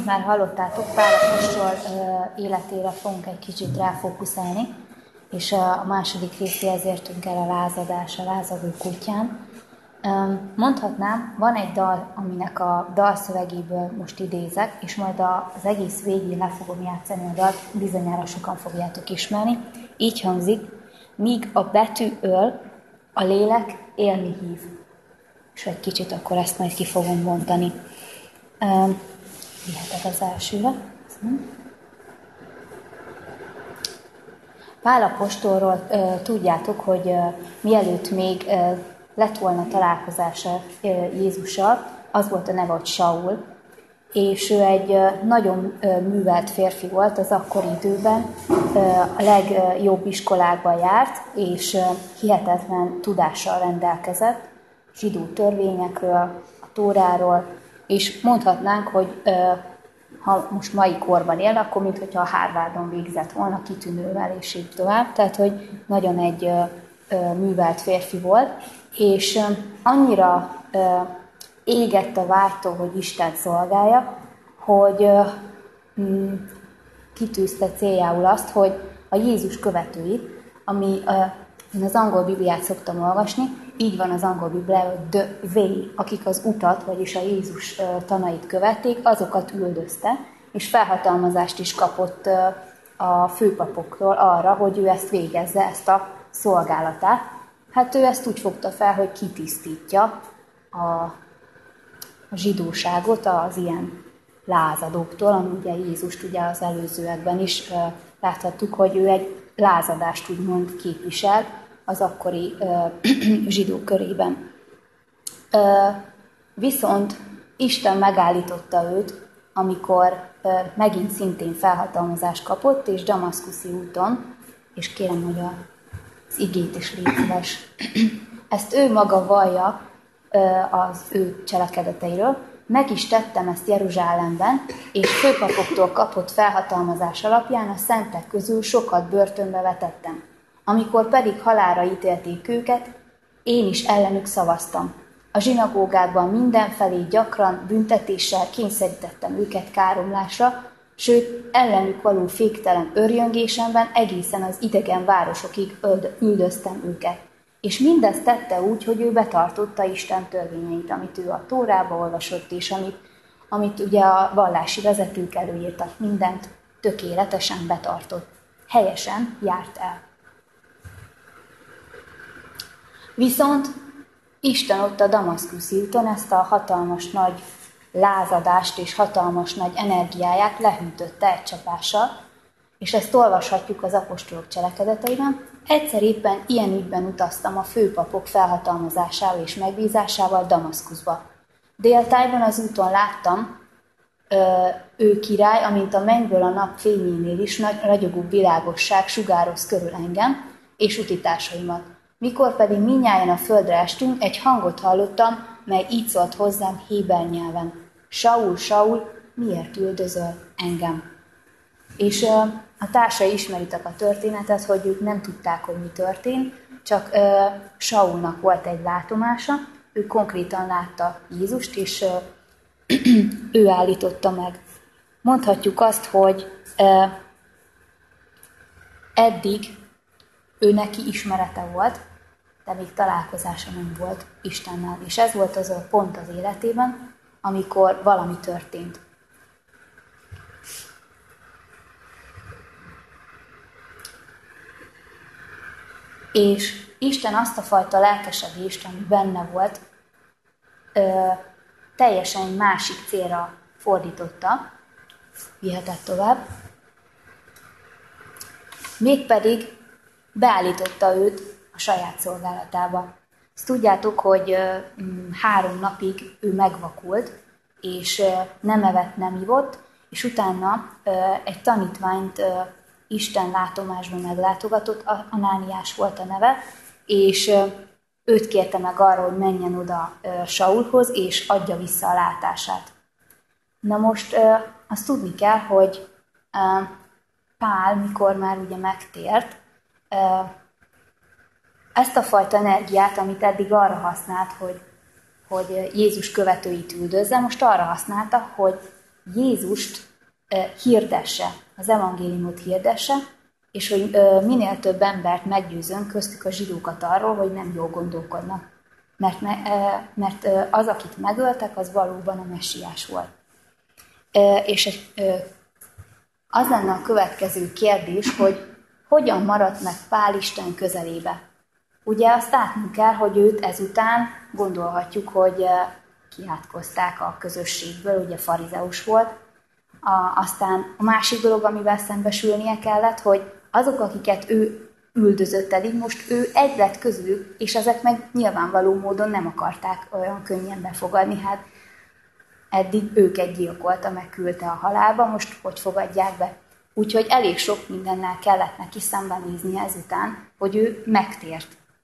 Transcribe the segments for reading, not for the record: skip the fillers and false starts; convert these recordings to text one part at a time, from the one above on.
már hallottátok, Pál apostol életére fogunk egy kicsit ráfókuszálni, és a második részéhez értünk el a lázadás, a lázadó kutyán. Mondhatnám, van egy dal, aminek a dalszövegéből most idézek, és majd az egész végén le fogom játszani a dalt, bizonyára sokan fogjátok ismerni. Így hangzik: míg a betű öl, a lélek élni hív. És egy kicsit akkor ezt majd ki fogom bontani. Vihetek az elsőre. Pál apostolról tudjátok, hogy mielőtt még lett volna találkozása Jézussal, az volt a neve, hogy Saul, és ő egy nagyon művelt férfi volt az akkori időben, a legjobb iskolákban járt, és hihetetlen tudással rendelkezett, zsidó törvényekről, a Tóráról, és mondhatnánk, hogy ha most mai korban él, akkor mintha a Harvardon végzett volna kitűnővel, és így tovább. Tehát, hogy nagyon egy művelt férfi volt, és annyira égett a vágytól, hogy Isten szolgálja, hogy kitűzte céljául azt, hogy a Jézus követőit, ami én az angol Bibliát szoktam olvasni, így van az angol Bibliában, hogy the way, akik az utat, vagyis a Jézus tanait követték, azokat üldözte, és felhatalmazást is kapott a főpapoktól arra, hogy ő ezt végezze, ezt a szolgálatát. Hát ő ezt úgy fogta fel, hogy kitisztítja a zsidóságot az ilyen lázadóktól, ami ugye Jézust ugye az előzőekben is láthattuk, hogy ő egy lázadást úgymond képvisel az akkori zsidók körében. Viszont Isten megállította őt, amikor megint szintén felhatalmazást kapott, és damaszkuszi úton, és kérem, hogy az igét is légy szíves. Ezt ő maga vallja az ő cselekedeteiről. Meg is tettem ezt Jeruzsálemben, és főpapoktól kapott felhatalmazás alapján a szentek közül sokat börtönbe vetettem. Amikor pedig halálra ítélték őket, én is ellenük szavaztam. A zsinagógákban mindenfelé gyakran büntetéssel kényszerítettem őket káromlásra, sőt, ellenük való féktelen örjöngésemben egészen az idegen városokig üldöztem őket. És mindezt tette úgy, hogy ő betartotta Isten törvényeit, amit ő a Tórába olvasott, és amit ugye a vallási vezetők előírtak, mindent tökéletesen betartott. Helyesen járt el. Viszont Isten ott a damaszkuszi úton ezt a hatalmas nagy lázadást és hatalmas nagy energiáját lehűtötte egy csapással, és ezt olvashatjuk az apostolok cselekedeteiben. Egyszer éppen ilyen ügyben utaztam a főpapok felhatalmazásával és megbízásával Damaszkuszba. Déltájban az úton láttam ő király, amint a mennyből a nap fényénél is nagy ragyogó világosság sugároz körül engem és utitársaimat. Mikor pedig mindnyájan a földre estünk, egy hangot hallottam, mely így szólt hozzám héber nyelven: Saul, Saul, miért üldözöl engem? És a társai ismeritek a történetet, hogy ők nem tudták, hogy mi történt, csak Saulnak volt egy látomása, ő konkrétan látta Jézust, és ő állította meg. Mondhatjuk azt, hogy eddig ő neki ismerete volt, de még találkozása nem volt Istennel. És ez volt az a pont az életében, amikor valami történt. És Isten azt a fajta lelkesedést, ami benne volt, teljesen egy másik célra fordította, vihetett tovább, mégpedig beállította őt a saját szolgálatába. Ezt tudjátok, hogy 3 napig ő megvakult, és nem evett, nem ivott, és utána egy tanítványt Isten látomásban meglátogatott, Anániás volt a neve, és őt kérte meg arra, hogy menjen oda Saulhoz, és adja vissza a látását. Na most azt tudni kell, hogy Pál, mikor már ugye megtért, ezt a fajta energiát, amit eddig arra használt, hogy Jézus követőit üldözze, most arra használta, hogy Jézust hirdesse, az evangéliumot hirdesse, és hogy minél több embert meggyőzön, köztük a zsidókat arról, hogy nem jól gondolkodnak. Mert az, akit megöltek, az valóban a messiás volt. És az lenne a következő kérdés, hogy hogyan maradt meg Pál Isten közelébe. Ugye azt látnunk kell, hogy őt ezután gondolhatjuk, hogy kiátkozták a közösségből, ugye farizeus volt. Aztán a másik dolog, amivel szembesülnie kellett, hogy azok, akiket ő üldözött eddig, most ő egy lett közülük, és ezek meg nyilvánvaló módon nem akarták olyan könnyen befogadni. Hát eddig őket gyilkolta, megküldte a halálba, most hogy fogadják be? Úgyhogy elég sok mindennel kellett neki szembenéznie ezután, hogy ő megtért.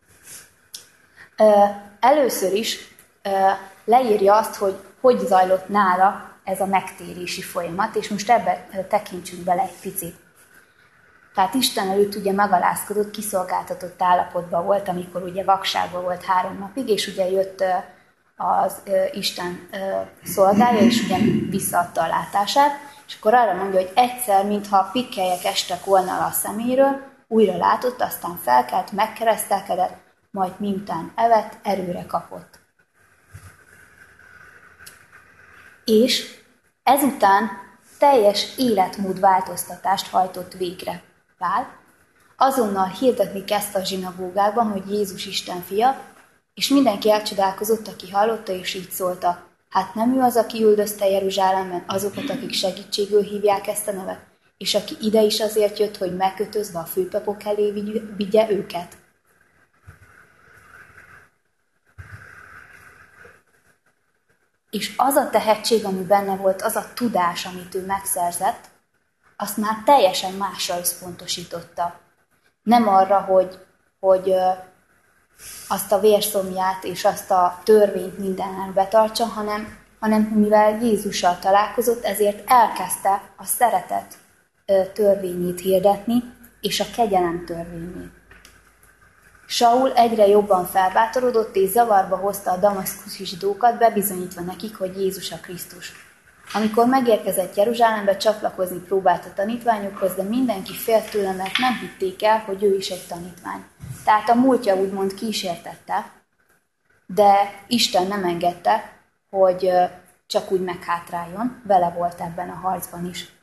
Először is leírja azt, hogy zajlott nála ez a megtérési folyamat, és most ebbe tekintsünk bele egy picit. Tehát Isten előtt ugye megalázkodott, kiszolgáltatott állapotban volt, amikor ugye vakságban volt 3 napig, és ugye jött az Isten szolgája, és ugye visszaadta a látását, és akkor arra mondja, hogy egyszer, mintha pikkelyek estek volna a szeméről, újra látott, aztán felkelt, megkeresztelkedett, majd miután evett, erőre kapott. És ezután teljes életmódváltoztatást hajtott végre Pál. Azonnal hirdetni kezdte a zsinagógákban, hogy Jézus Isten fia, és mindenki elcsodálkozott, aki hallotta, és így szólta: hát nem ő az, aki üldözte Jeruzsálemben azokat, akik segítségül hívják ezt a nevet, és aki ide is azért jött, hogy megkötözve a főpapok elé vigye őket. És az a tehetség, ami benne volt, az a tudás, amit ő megszerzett, azt már teljesen másra összpontosította. Nem arra, hogy azt a vérszomját és azt a törvényt mindennel betartsa, hanem mivel Jézussal találkozott, ezért elkezdte a szeretet törvényét hirdetni, és a kegyelem törvényét. Saul egyre jobban felbátorodott, és zavarba hozta a damaszkuszi zsidókat, bebizonyítva nekik, hogy Jézus a Krisztus. Amikor megérkezett Jeruzsálembe, csatlakozni próbált a tanítványokhoz, de mindenki félt tőle, mert nem hitték el, hogy ő is egy tanítvány. Tehát a múltja úgymond kísértette, de Isten nem engedte, hogy csak úgy meghátráljon, vele volt ebben a harcban is.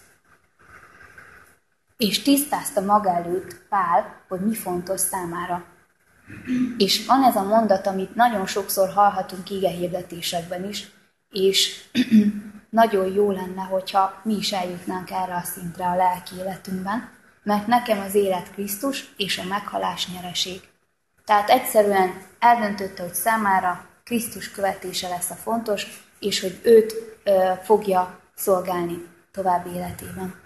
És tisztázta maga előtt Pál, hogy mi fontos számára. És van ez a mondat, amit nagyon sokszor hallhatunk igehirdetésekben is, és nagyon jó lenne, hogyha mi is eljutnánk erre a szintre a lelki életünkben, mert nekem az élet Krisztus és a meghalás nyereség. Tehát egyszerűen eldöntötte, hogy számára Krisztus követése lesz a fontos, és hogy őt fogja szolgálni további életében.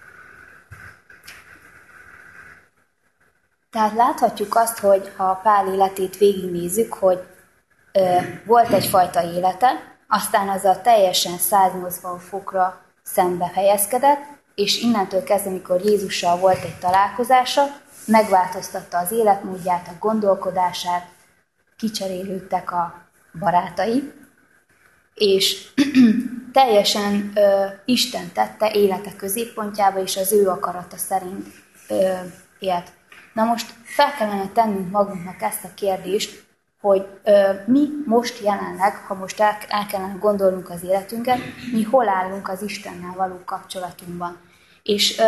Tehát láthatjuk azt, hogy ha a Pál életét végignézzük, hogy volt egyfajta élete, aztán az a teljesen 180 fokra szembe helyezkedett, és innentől kezdve, amikor Jézussal volt egy találkozása, megváltoztatta az életmódját, a gondolkodását, kicserélődtek a barátai, és teljesen Isten tette élete középpontjába, és az ő akarata szerint élt. Na most fel kellene tennünk magunknak ezt a kérdést, hogy mi most jelenleg, ha most el kellene gondolnunk az életünket, mi hol állunk az Istennel való kapcsolatunkban. És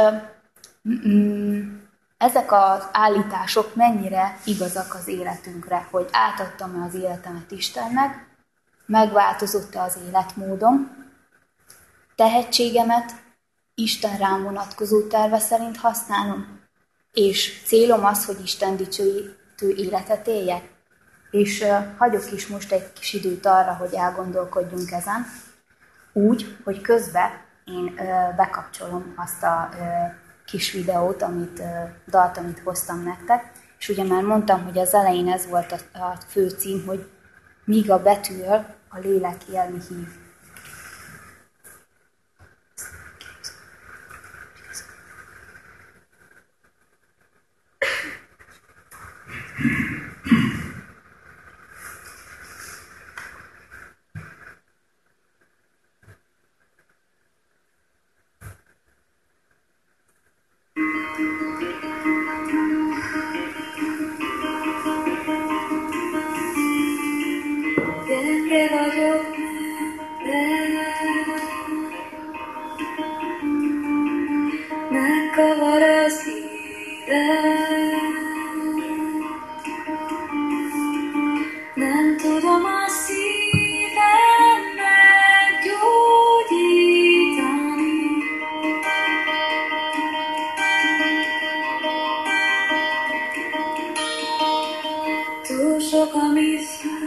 ezek az állítások mennyire igazak az életünkre, hogy átadtam-e az életemet Istennek, megváltozott-e az életmódom, tehetségemet Isten rám vonatkozó terve szerint használom, és célom az, hogy Isten dicsőítő életet éljek. És hagyok is most egy kis időt arra, hogy elgondolkodjunk ezen, úgy, hogy közben én bekapcsolom azt a kis videót, dalt, amit hoztam nektek, és ugye már mondtam, hogy az elején ez volt a fő cím, hogy míg a betűről a lélek élni hív. Nem tudom a szívem meggyógyítani. Túl sok, ami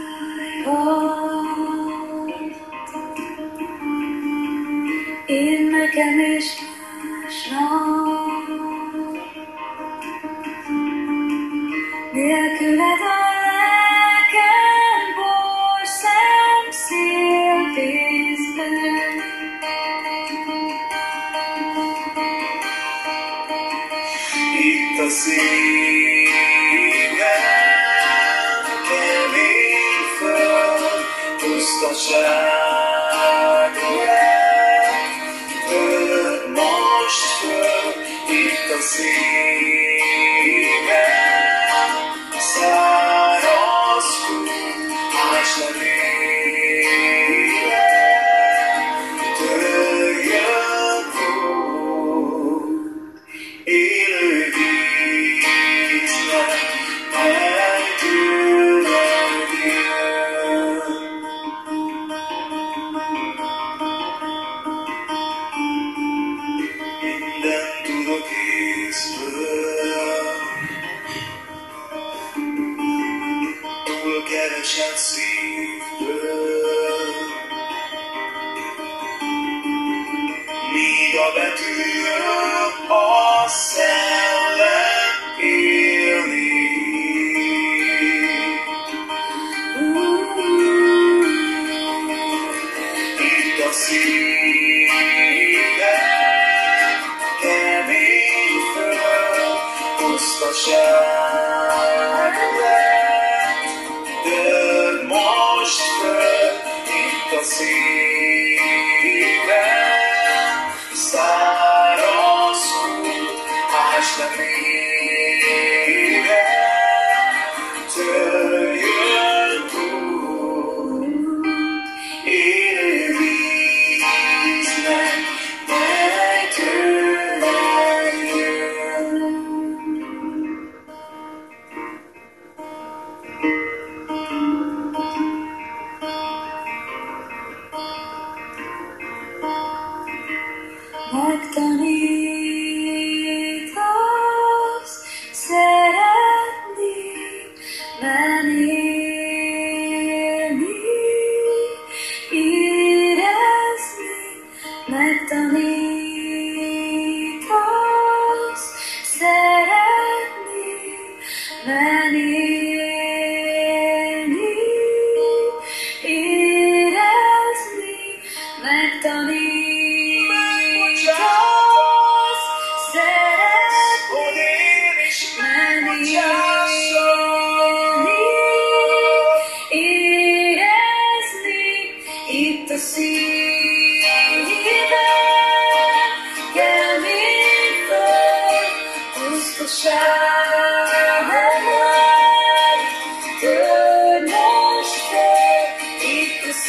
fájhat, én nekem is másnak. Nélküled a lelkem boly szemszél vízben. Itt a szívem, kemény föld, pusztaság lett, tört most föl. Itt a szívem, száraz kút, más nem élem, törjön út, élő víznek, mely tőled jön. Minden tudok észből, túl keresett szívből, míg a betűjön a szellem élni. Itt a szívem, kemény föld, pusztaság lett, tört most föl. Itt a szívem, száraz kút, más nem élem, törjön út, élő víznek, mely tőled jön. Megtanítasz szeretni, menélni, érezni. Megtanítasz szeretni, menélni, érezni. Megtanítasz szeretni, hogy én is megbocsássolni, érezni. Itt a szívem, kemény föld, pusztaság lett, tört most föl. Itt a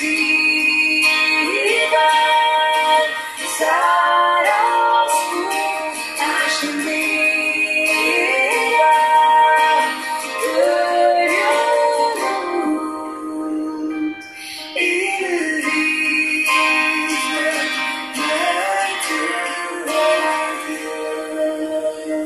szívem, száraz kút, más nem élem, törjön út, élő víznek, mely tőled jön.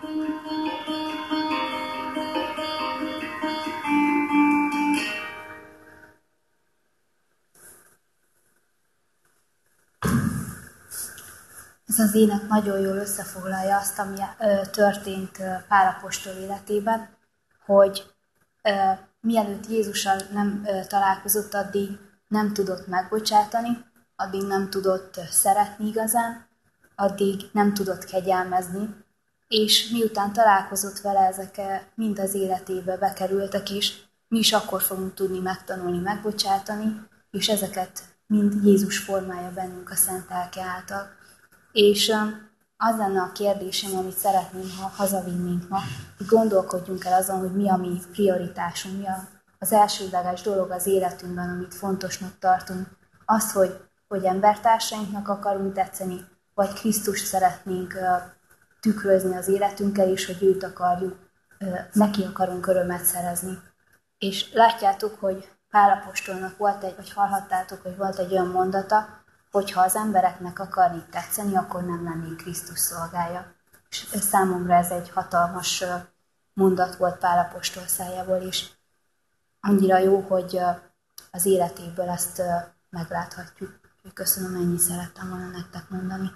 Ez az ének nagyon jól összefoglalja azt, ami történt Pál apostol életében, hogy mielőtt Jézussal nem találkozott, addig nem tudott megbocsátani, addig nem tudott szeretni igazán, addig nem tudott kegyelmezni, és miután találkozott vele, ezek mind az életébe bekerültek, és mi is akkor fogunk tudni megtanulni megbocsátani, és ezeket mind Jézus formálja bennünk a Szent Lelke által. És az lenne a kérdésem, amit szeretném, ha hazavinnénk ma, hogy gondolkodjunk el azon, hogy mi a mi prioritásunk, mi az elsődleges dolog az életünkben, amit fontosnak tartunk. Az, hogy embertársainknak akarunk tetszeni, vagy Krisztust szeretnénk tükrözni az életünkkel, és hogy őt akarjuk, neki akarunk örömet szerezni. És látjátok, hogy Pál apostolnak volt vagy hallhattátok, hogy volt egy olyan mondata, hogy ha az embereknek akarnék tetszeni, akkor nem lennék Krisztus szolgája. És számomra ez egy hatalmas mondat volt Pál apostol szájából is. Annyira jó, hogy az életéből ezt megláthatjuk. Köszönöm, ennyit szerettem volna nektek mondani.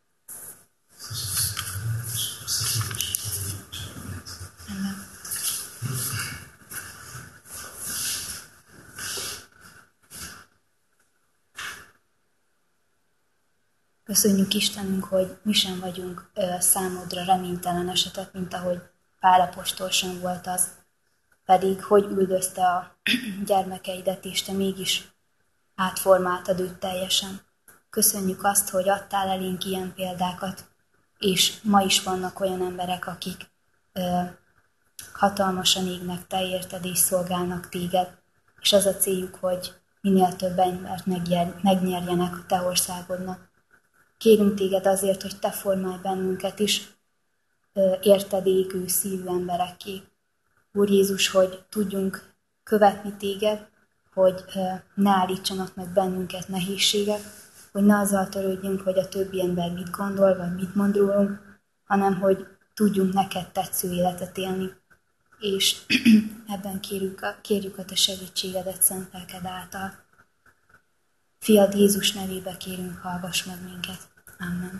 Köszönjük Istenünk, hogy mi sem vagyunk számodra reménytelen esetek, mint ahogy Pál apostol sem volt az. Pedig hogy üldözte a gyermekeidet, és te mégis átformáltad őt teljesen. Köszönjük azt, hogy adtál elénk ilyen példákat, és ma is vannak olyan emberek, akik hatalmasan égnek te érted, és szolgálnak téged, és az a céljuk, hogy minél több embert megnyerjenek a te országodnak. Kérünk téged azért, hogy te formálj bennünket is érted égő szívű emberekké. Úr Jézus, hogy tudjunk követni téged, hogy ne állítsanak meg bennünket nehézségek, hogy ne azzal törődjünk, hogy a többi ember mit gondol, vagy mit mond rólunk, hanem hogy tudjunk neked tetsző életet élni. És ebben kérjük a te segítségedet szent lelked által. Fiad Jézus nevébe kérünk, hallgass meg minket. Amen.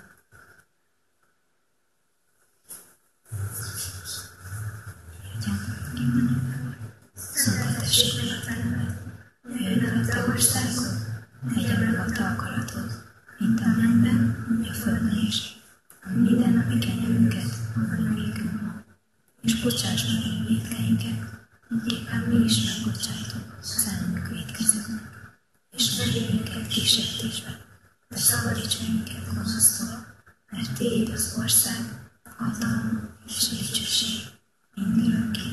Szentessék meg a te neved, jöjjön el a te országod, legyen meg a te akaratod, mint a mennyben, úgy a földön is. A mindennapi kenyerünket add nékünk ma, és bocsáss meg a vétkeinket, miképpen mi is megbocsájtunk az ellenünk vétkezőknek. És ne vigy minket kísértésbe, de szabadíts meg minket gonosztól, mert tiéd az ország, a hatalom és dicsőség mindörökké.